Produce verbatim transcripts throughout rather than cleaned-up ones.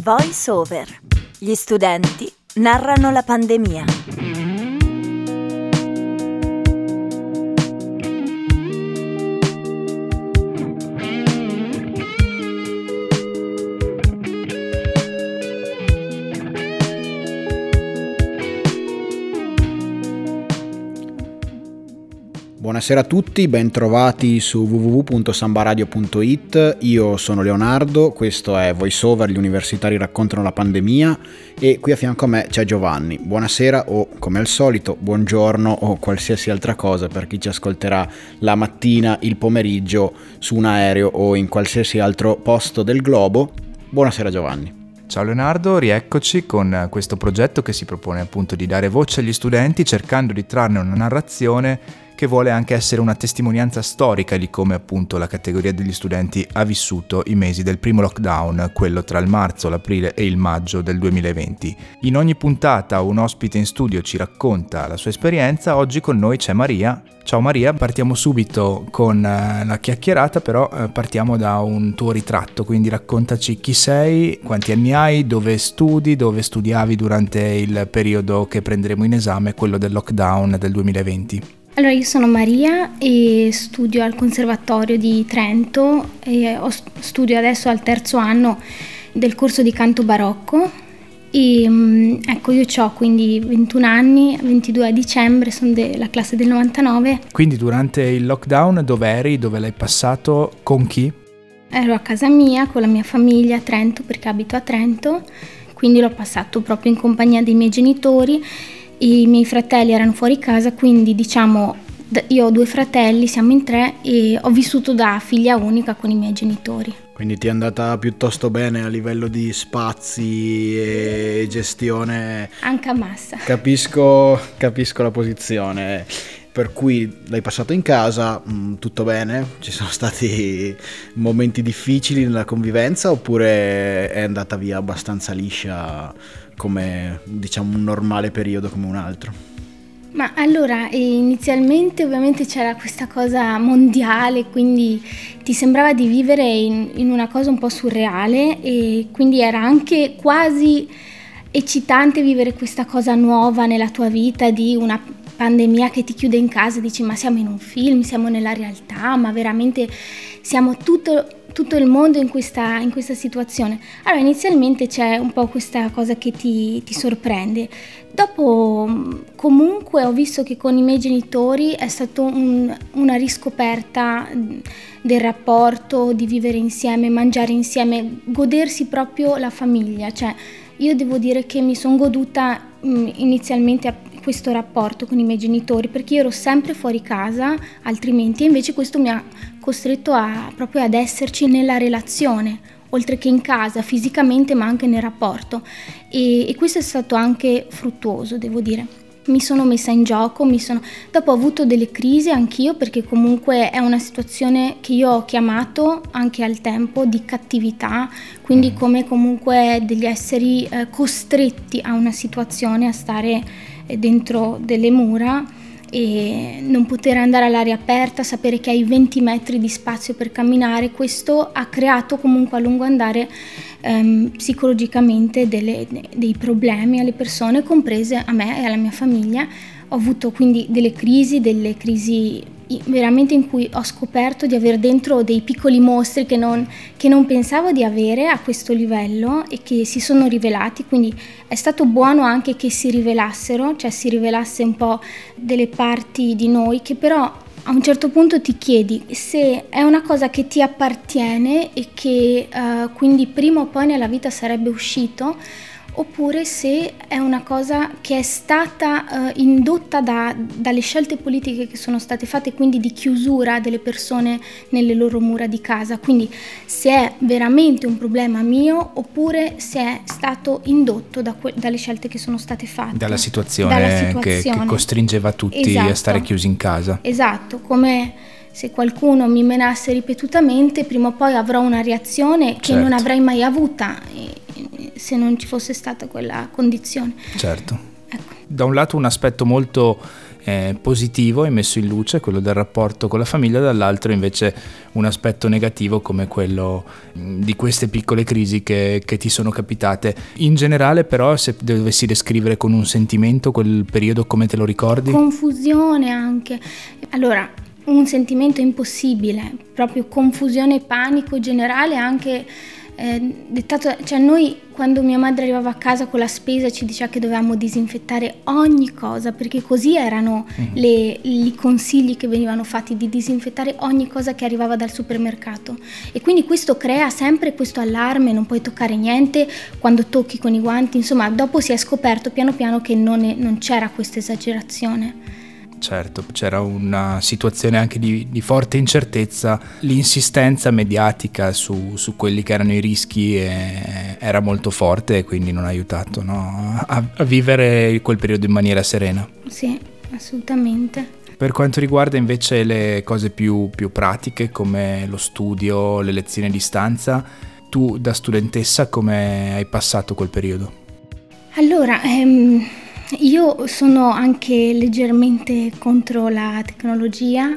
Voice Over. Gli studenti narrano la pandemia. Buonasera a tutti, bentrovati su w w w punto sambaradio punto i t. Io sono Leonardo, questo è Voice Over, gli universitari raccontano la pandemia, e qui a fianco a me c'è Giovanni. Buonasera o, come al solito, buongiorno o qualsiasi altra cosa per chi ci ascolterà la mattina, il pomeriggio, su un aereo o in qualsiasi altro posto del globo. Buonasera Giovanni. Ciao Leonardo, rieccoci con questo progetto che si propone appunto di dare voce agli studenti, cercando di trarne una narrazione che vuole anche essere una testimonianza storica di come appunto la categoria degli studenti ha vissuto i mesi del primo lockdown, quello tra il marzo, l'aprile e il maggio del duemilaventi. In ogni puntata un ospite in studio ci racconta la sua esperienza. Oggi con noi c'è Maria. Ciao Maria, partiamo subito con la chiacchierata, però partiamo da un tuo ritratto, quindi raccontaci chi sei, quanti anni hai, dove studi, dove studiavi durante il periodo che prenderemo in esame, quello del lockdown del duemilaventi. Allora, io sono Maria e studio al Conservatorio di Trento e ho, studio adesso al terzo anno del corso di canto barocco e ecco, io ho quindi ventuno anni, ventidue a dicembre, sono della classe del novantanove. Quindi durante il lockdown dove eri, dove l'hai passato, con chi? Ero a casa mia con la mia famiglia a Trento, perché abito a Trento, quindi l'ho passato proprio in compagnia dei miei genitori. I miei fratelli erano fuori casa, quindi diciamo io ho due fratelli, siamo in tre e ho vissuto da figlia unica con i miei genitori. Quindi ti è andata piuttosto bene a livello di spazi e gestione? Anche a massa. Capisco, capisco la posizione. Per cui l'hai passato in casa, mh, tutto bene? Ci sono stati momenti difficili nella convivenza oppure è andata via abbastanza liscia come, diciamo, un normale periodo come un altro? Ma allora, inizialmente ovviamente c'era questa cosa mondiale, quindi ti sembrava di vivere in, in una cosa un po' surreale e quindi era anche quasi eccitante vivere questa cosa nuova nella tua vita di una pandemia che ti chiude in casa e dici ma siamo in un film, siamo nella realtà, ma veramente siamo tutto, tutto il mondo in questa, in questa situazione. Allora inizialmente c'è un po' questa cosa che ti, ti sorprende. Dopo comunque ho visto che con i miei genitori è stata un, una riscoperta del rapporto, di vivere insieme, mangiare insieme, godersi proprio la famiglia. Cioè io devo dire che mi sono goduta mh, inizialmente a questo rapporto con i miei genitori, perché io ero sempre fuori casa altrimenti, e invece questo mi ha costretto a, proprio ad esserci nella relazione, oltre che in casa fisicamente ma anche nel rapporto, e, e questo è stato anche fruttuoso, devo dire. Mi sono messa in gioco, mi sono... dopo ho avuto delle crisi anch'io, perché comunque è una situazione che io ho chiamato anche al tempo di cattività, quindi come comunque degli esseri eh, costretti a una situazione, a stare dentro delle mura e non poter andare all'aria aperta, sapere che hai venti metri di spazio per camminare. Questo ha creato comunque a lungo andare ehm, psicologicamente delle, dei problemi alle persone, comprese a me e alla mia famiglia. Ho avuto quindi delle crisi, delle crisi veramente in cui ho scoperto di avere dentro dei piccoli mostri che non, che non pensavo di avere a questo livello e che si sono rivelati, quindi è stato buono anche che si rivelassero, cioè si rivelasse un po' delle parti di noi che però a un certo punto ti chiedi se è una cosa che ti appartiene e che uh, quindi prima o poi nella vita sarebbe uscito, oppure se è una cosa che è stata uh, indotta da, dalle scelte politiche che sono state fatte, quindi di chiusura delle persone nelle loro mura di casa. Quindi se è veramente un problema mio oppure se è stato indotto da que- dalle scelte che sono state fatte. Dalla situazione, Dalla situazione. Che, che costringeva tutti esatto. a stare chiusi in casa. Esatto, come se qualcuno mi menasse ripetutamente, prima o poi avrò una reazione che certo. non avrei mai avuta se non ci fosse stata quella condizione. Certo. Ecco. Da un lato un aspetto molto eh, positivo e messo in luce, quello del rapporto con la famiglia, dall'altro invece un aspetto negativo come quello mh, di queste piccole crisi che, che ti sono capitate. In generale però, se dovessi descrivere con un sentimento quel periodo, come te lo ricordi? Confusione anche. Allora, un sentimento impossibile, proprio confusione e panico generale anche eh, dettato, cioè noi quando mia madre arrivava a casa con la spesa ci diceva che dovevamo disinfettare ogni cosa, perché così erano mm-hmm. le, i consigli che venivano fatti, di disinfettare ogni cosa che arrivava dal supermercato, e quindi questo crea sempre questo allarme, non puoi toccare niente quando tocchi con i guanti, insomma dopo si è scoperto piano piano che non, è, non c'era questa esagerazione. Certo, c'era una situazione anche di, di forte incertezza, l'insistenza mediatica su, su quelli che erano i rischi eh, era molto forte e quindi non ha aiutato, no? a, a vivere quel periodo in maniera serena. Sì, assolutamente. Per quanto riguarda invece le cose più, più pratiche come lo studio, le lezioni a distanza, tu da studentessa come hai passato quel periodo? Allora, ehm... io sono anche leggermente contro la tecnologia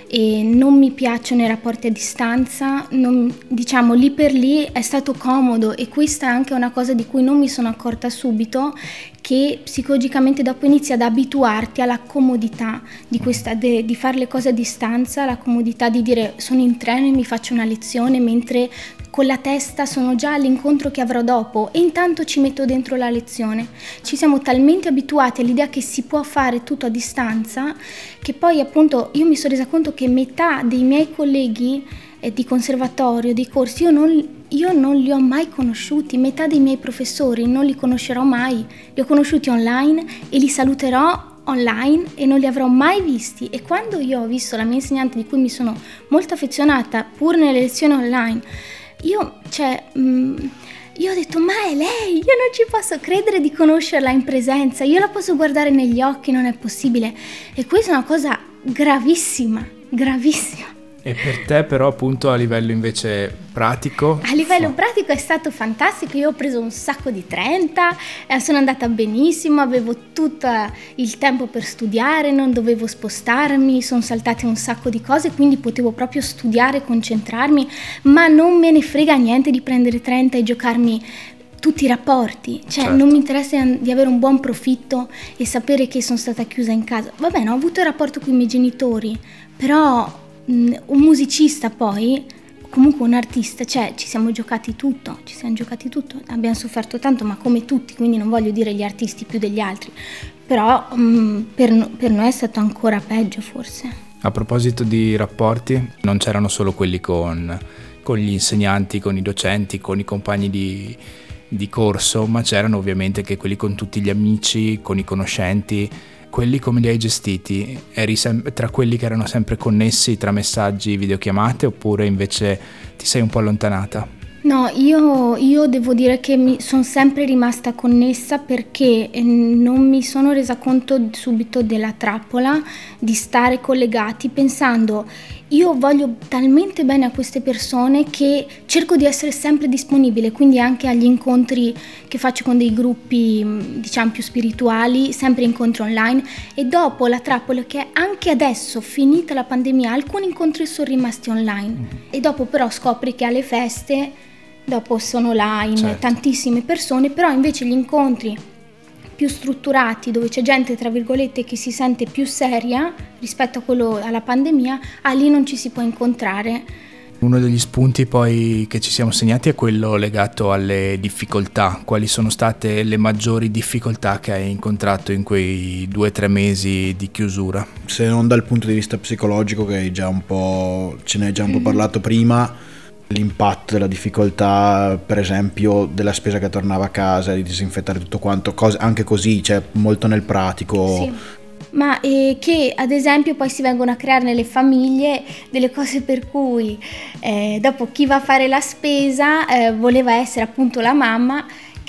e non mi piacciono i rapporti a distanza, non, diciamo lì per lì è stato comodo, e questa è anche una cosa di cui non mi sono accorta subito, che psicologicamente dopo inizi ad abituarti alla comodità di, questa, de, di fare le cose a distanza, la comodità di dire sono in treno e mi faccio una lezione mentre con la testa sono già all'incontro che avrò dopo e intanto ci metto dentro la lezione. Ci siamo talmente abituati all'idea che si può fare tutto a distanza che poi appunto io mi sono resa conto che metà dei miei colleghi eh, di conservatorio, di corsi, io non, io non li ho mai conosciuti, metà dei miei professori non li conoscerò mai, li ho conosciuti online e li saluterò online e non li avrò mai visti. E quando io ho visto la mia insegnante, di cui mi sono molto affezionata pur nelle lezioni online, io, cioè, mh, io ho detto ma è lei, io non ci posso credere di conoscerla in presenza, io la posso guardare negli occhi, non è possibile. E questa è una cosa gravissima, gravissima. E per te però appunto a livello invece pratico? A livello pratico è stato fantastico, io ho preso un sacco di trenta, eh, sono andata benissimo, avevo tutto il tempo per studiare, non dovevo spostarmi, sono saltate un sacco di cose, quindi potevo proprio studiare, concentrarmi, ma non me ne frega niente di prendere trenta e giocarmi tutti i rapporti, cioè certo. Non mi interessa di avere un buon profitto e sapere che sono stata chiusa in casa. Va bene, ho avuto il rapporto con i miei genitori, però un musicista poi, comunque un artista, cioè ci siamo giocati tutto, ci siamo giocati tutto, abbiamo sofferto tanto, ma come tutti, quindi non voglio dire gli artisti più degli altri, però um, per, per noi è stato ancora peggio forse. A proposito di rapporti, non c'erano solo quelli con, con gli insegnanti, con i docenti, con i compagni di, di corso, ma c'erano ovviamente anche quelli con tutti gli amici, con i conoscenti. Quelli come li hai gestiti? Eri sem- tra quelli che erano sempre connessi tra messaggi, videochiamate, oppure invece ti sei un po' allontanata? No, io, io devo dire che mi sono sempre rimasta connessa perché non mi sono resa conto subito della trappola di stare collegati pensando io voglio talmente bene a queste persone che cerco di essere sempre disponibile, quindi anche agli incontri che faccio con dei gruppi diciamo più spirituali, sempre incontri online, e dopo la trappola che anche adesso, finita la pandemia, alcuni incontri sono rimasti online mm. e dopo però scopri che alle feste dopo sono là in certo. tantissime persone, però invece gli incontri più strutturati dove c'è gente tra virgolette che si sente più seria rispetto a quello alla pandemia, ah, lì non ci si può incontrare. Uno degli spunti poi che ci siamo segnati è quello legato alle difficoltà. Quali sono state le maggiori difficoltà che hai incontrato in quei due o tre mesi di chiusura? Se non dal punto di vista psicologico, che hai già un po', ce ne hai già un po' parlato prima, l'impatto della difficoltà, per esempio, della spesa che tornava a casa, di disinfettare tutto quanto, cose, anche così, cioè molto nel pratico. Sì. Ma eh, che ad esempio poi si vengono a creare nelle famiglie delle cose per cui eh, dopo chi va a fare la spesa eh, voleva essere appunto la mamma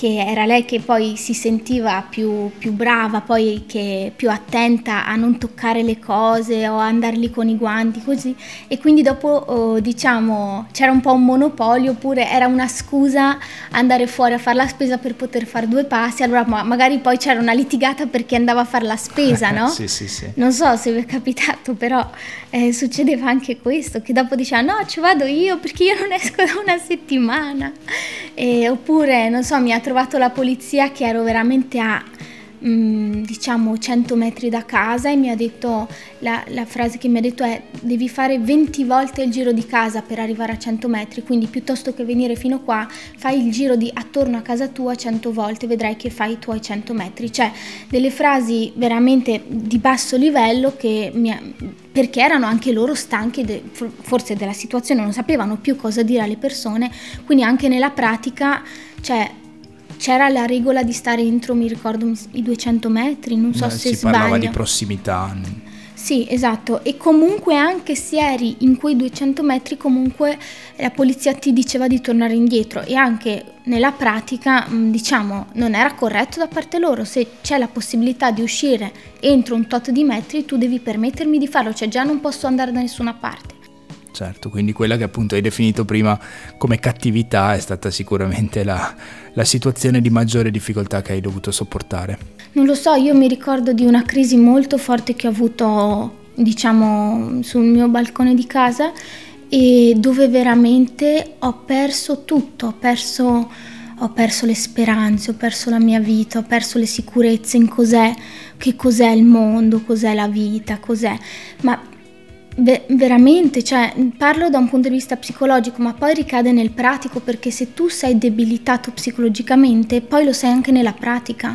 che era lei che poi si sentiva più, più brava, poi che più attenta a non toccare le cose o a andare lì con i guanti così, e quindi dopo oh, diciamo c'era un po' un monopolio, oppure era una scusa andare fuori a fare la spesa per poter fare due passi, allora ma- magari poi c'era una litigata perché andava a fare la spesa, no? Sì, sì, sì. Non so se vi è capitato, però eh, succedeva anche questo, che dopo diceva no, ci vado io perché io non esco da una settimana, e, oppure non so, mi ha trovato la polizia che ero veramente a mh, diciamo cento metri da casa e mi ha detto, la, la frase che mi ha detto è: devi fare venti volte il giro di casa per arrivare a cento metri, quindi piuttosto che venire fino qua fai il giro di attorno a casa tua cento volte, vedrai che fai i tuoi cento metri. Cioè delle frasi veramente di basso livello che mi ha, perché erano anche loro stanchi de, forse della situazione, non sapevano più cosa dire alle persone, quindi anche nella pratica cioè c'era la regola di stare entro, mi ricordo, i duecento metri, non so eh, se si sbaglio. parlava di prossimità. Sì, esatto, e comunque anche se eri in quei duecento metri comunque la polizia ti diceva di tornare indietro, e anche nella pratica diciamo non era corretto da parte loro. Se c'è la possibilità di uscire entro un tot di metri tu devi permettermi di farlo, cioè già non posso andare da nessuna parte. Certo, quindi quella che appunto hai definito prima come cattività è stata sicuramente la, la situazione di maggiore difficoltà che hai dovuto sopportare. Non lo so, io mi ricordo di una crisi molto forte che ho avuto, diciamo, sul mio balcone di casa, e dove veramente ho perso tutto, ho perso, ho perso le speranze, ho perso la mia vita, ho perso le sicurezze in cos'è, che cos'è il mondo, cos'è la vita, cos'è, ma Beh, veramente, cioè parlo da un punto di vista psicologico, ma poi ricade nel pratico, perché se tu sei debilitato psicologicamente poi lo sei anche nella pratica.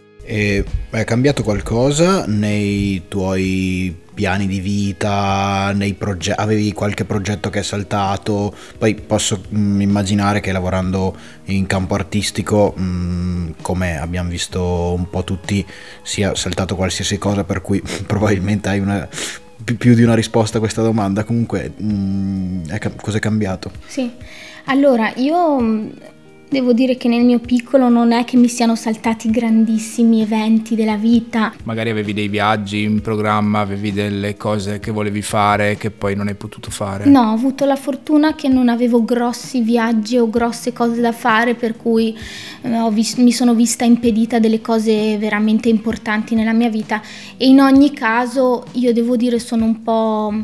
E è cambiato qualcosa nei tuoi piani di vita, nei progetti? Avevi qualche progetto che è saltato? Poi posso mh, immaginare che lavorando in campo artistico, mh, come abbiamo visto un po' tutti, sia saltato qualsiasi cosa, per cui probabilmente hai una più di una risposta a questa domanda. Comunque mh, è, cosa è cambiato? Sì, allora io devo dire che nel mio piccolo non è che mi siano saltati grandissimi eventi della vita. Magari avevi dei viaggi in programma, avevi delle cose che volevi fare che poi non hai potuto fare? No, ho avuto la fortuna che non avevo grossi viaggi o grosse cose da fare, per cui eh, ho vis- mi sono vista impedita delle cose veramente importanti nella mia vita, e in ogni caso io devo dire sono un po'...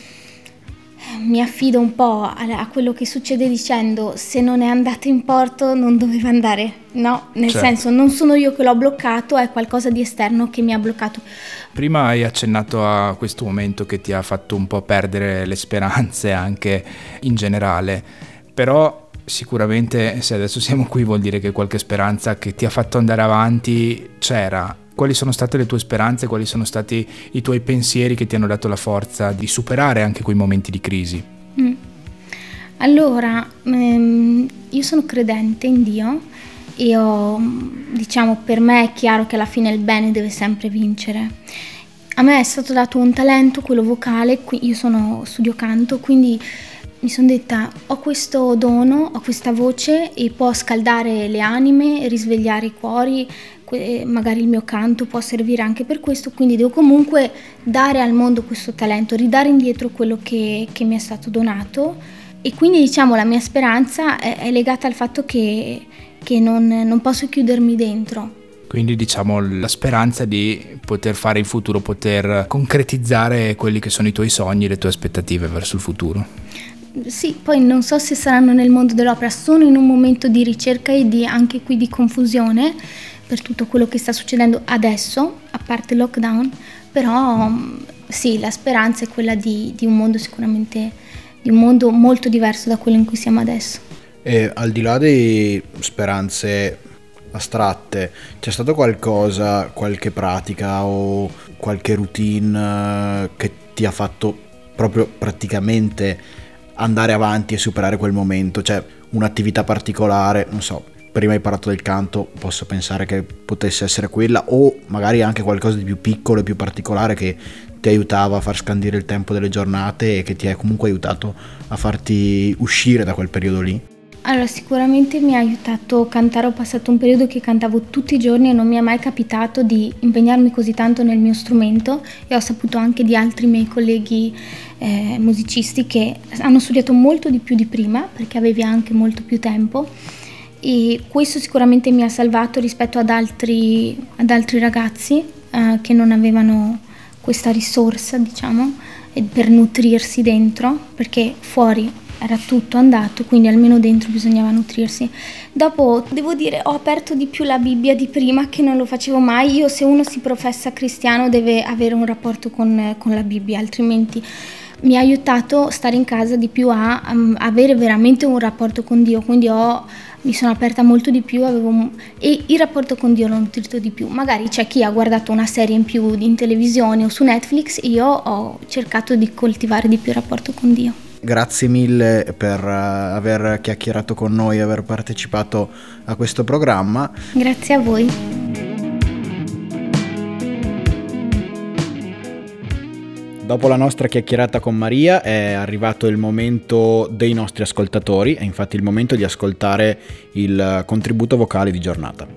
mi affido un po' a, a quello che succede dicendo: se non è andato in porto non doveva andare, no? Nel certo. senso, non sono io che l'ho bloccato, è qualcosa di esterno che mi ha bloccato. Prima hai accennato a questo momento che ti ha fatto un po' perdere le speranze anche in generale, però sicuramente se adesso siamo qui vuol dire che qualche speranza che ti ha fatto andare avanti c'era. Quali sono state le tue speranze, quali sono stati i tuoi pensieri che ti hanno dato la forza di superare anche quei momenti di crisi? Mm. Allora, ehm, io sono credente in Dio e ho, diciamo, per me è chiaro che alla fine il bene deve sempre vincere. A me è stato dato un talento, quello vocale, io sono studio canto, quindi mi sono detta: ho questo dono, ho questa voce e può scaldare le anime, risvegliare i cuori, magari il mio canto può servire anche per questo, quindi devo comunque dare al mondo questo talento, ridare indietro quello che, che mi è stato donato, e quindi diciamo la mia speranza è, è legata al fatto che, che non, non posso chiudermi dentro. Quindi diciamo la speranza di poter fare in futuro, poter concretizzare quelli che sono i tuoi sogni, le tue aspettative verso il futuro. Sì, poi non so se saranno nel mondo dell'opera, sono in un momento di ricerca e di, anche qui di confusione per tutto quello che sta succedendo adesso, a parte il lockdown, però sì, la speranza è quella di, di un mondo sicuramente, di un mondo molto diverso da quello in cui siamo adesso. E al di là di speranze astratte, c'è stato qualcosa, qualche pratica o qualche routine che ti ha fatto proprio praticamente andare avanti e superare quel momento? Cioè un'attività particolare, non so, prima hai parlato del canto, posso pensare che potesse essere quella, o magari anche qualcosa di più piccolo e più particolare che ti aiutava a far scandire il tempo delle giornate e che ti ha comunque aiutato a farti uscire da quel periodo lì. Allora, sicuramente mi ha aiutato cantare. Ho passato un periodo che cantavo tutti i giorni e non mi è mai capitato di impegnarmi così tanto nel mio strumento, e ho saputo anche di altri miei colleghi eh, musicisti che hanno studiato molto di più di prima, perché avevi anche molto più tempo, e questo sicuramente mi ha salvato rispetto ad altri, ad altri ragazzi eh, che non avevano questa risorsa, diciamo, per nutrirsi dentro, perché fuori era tutto andato, quindi almeno dentro bisognava nutrirsi. Dopo, devo dire, ho aperto di più la Bibbia di prima, che non lo facevo mai. Io, se uno si professa cristiano, deve avere un rapporto con, con la Bibbia, altrimenti mi ha aiutato stare in casa di più a, a avere veramente un rapporto con Dio, quindi ho, mi sono aperta molto di più, avevo, e il rapporto con Dio l'ho nutrito di più. Magari c'è chi ha guardato una serie in più in televisione o su Netflix, io ho cercato di coltivare di più il rapporto con Dio. Grazie mille per aver chiacchierato con noi e aver partecipato a questo programma. Grazie a voi. Dopo la nostra chiacchierata con Maria è arrivato il momento dei nostri ascoltatori, è infatti il momento di ascoltare il contributo vocale di giornata.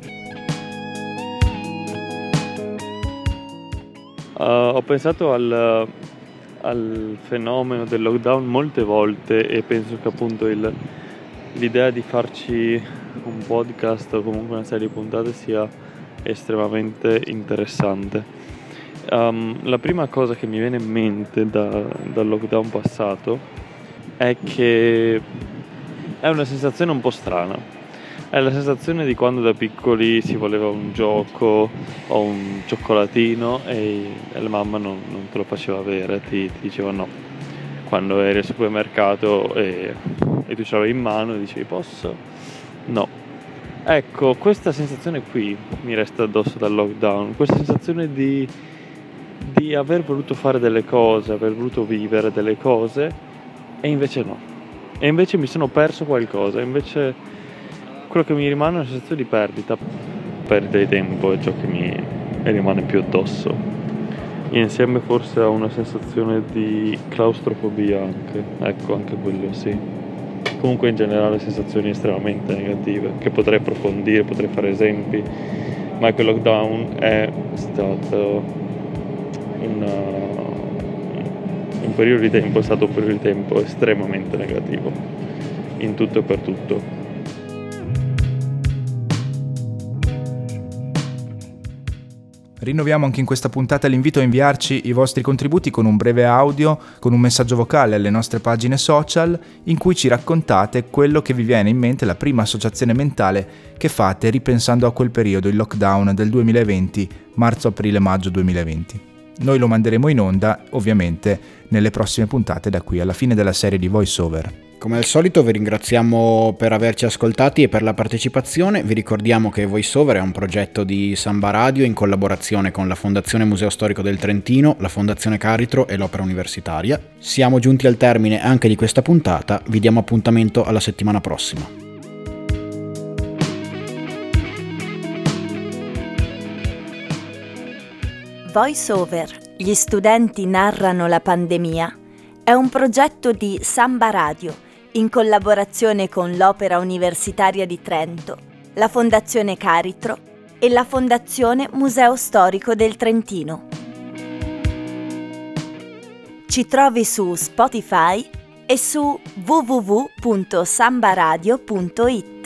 Uh, ho pensato al, al fenomeno del lockdown molte volte, e penso che appunto il, l'idea di farci un podcast o comunque una serie di puntate sia estremamente interessante. Um, la prima cosa che mi viene in mente da, dal lockdown passato è che è una sensazione un po' strana. È la sensazione di quando da piccoli si voleva un gioco o un cioccolatino e, e la mamma non, non te lo faceva avere, ti, ti diceva no. Quando eri al supermercato e, e tu ce l'avevi in mano e dicevi posso? No. Ecco, questa sensazione qui mi resta addosso dal lockdown, questa sensazione di di aver voluto fare delle cose, aver voluto vivere delle cose, e invece no. E invece mi sono perso qualcosa, invece quello che mi rimane è una sensazione di perdita. Perdita di tempo è ciò che mi rimane più addosso. Insieme forse a una sensazione di claustrofobia anche, ecco, anche quello sì. Comunque in generale sensazioni estremamente negative, che potrei approfondire, potrei fare esempi, ma che il lockdown è stato Una, un periodo di tempo, è stato un periodo di tempo estremamente negativo in tutto e per tutto. Rinnoviamo anche in questa puntata l'invito a inviarci i vostri contributi con un breve audio, con un messaggio vocale alle nostre pagine social, in cui ci raccontate quello che vi viene in mente, la prima associazione mentale che fate ripensando a quel periodo, il lockdown del duemilaventi, marzo-aprile-maggio duemilaventi. Noi lo manderemo in onda, ovviamente, nelle prossime puntate da qui alla fine della serie di Voice Over. Come al solito vi ringraziamo per averci ascoltati e per la partecipazione. Vi ricordiamo che Voice Over è un progetto di Samba Radio in collaborazione con la Fondazione Museo Storico del Trentino, la Fondazione Caritro e l'Opera Universitaria. Siamo giunti al termine anche di questa puntata, vi diamo appuntamento alla settimana prossima. Voice Over, gli studenti narrano la pandemia, è un progetto di Samba Radio in collaborazione con l'Opera Universitaria di Trento, la Fondazione Caritro e la Fondazione Museo Storico del Trentino. Ci trovi su Spotify e su w w w punto sambaradio punto it.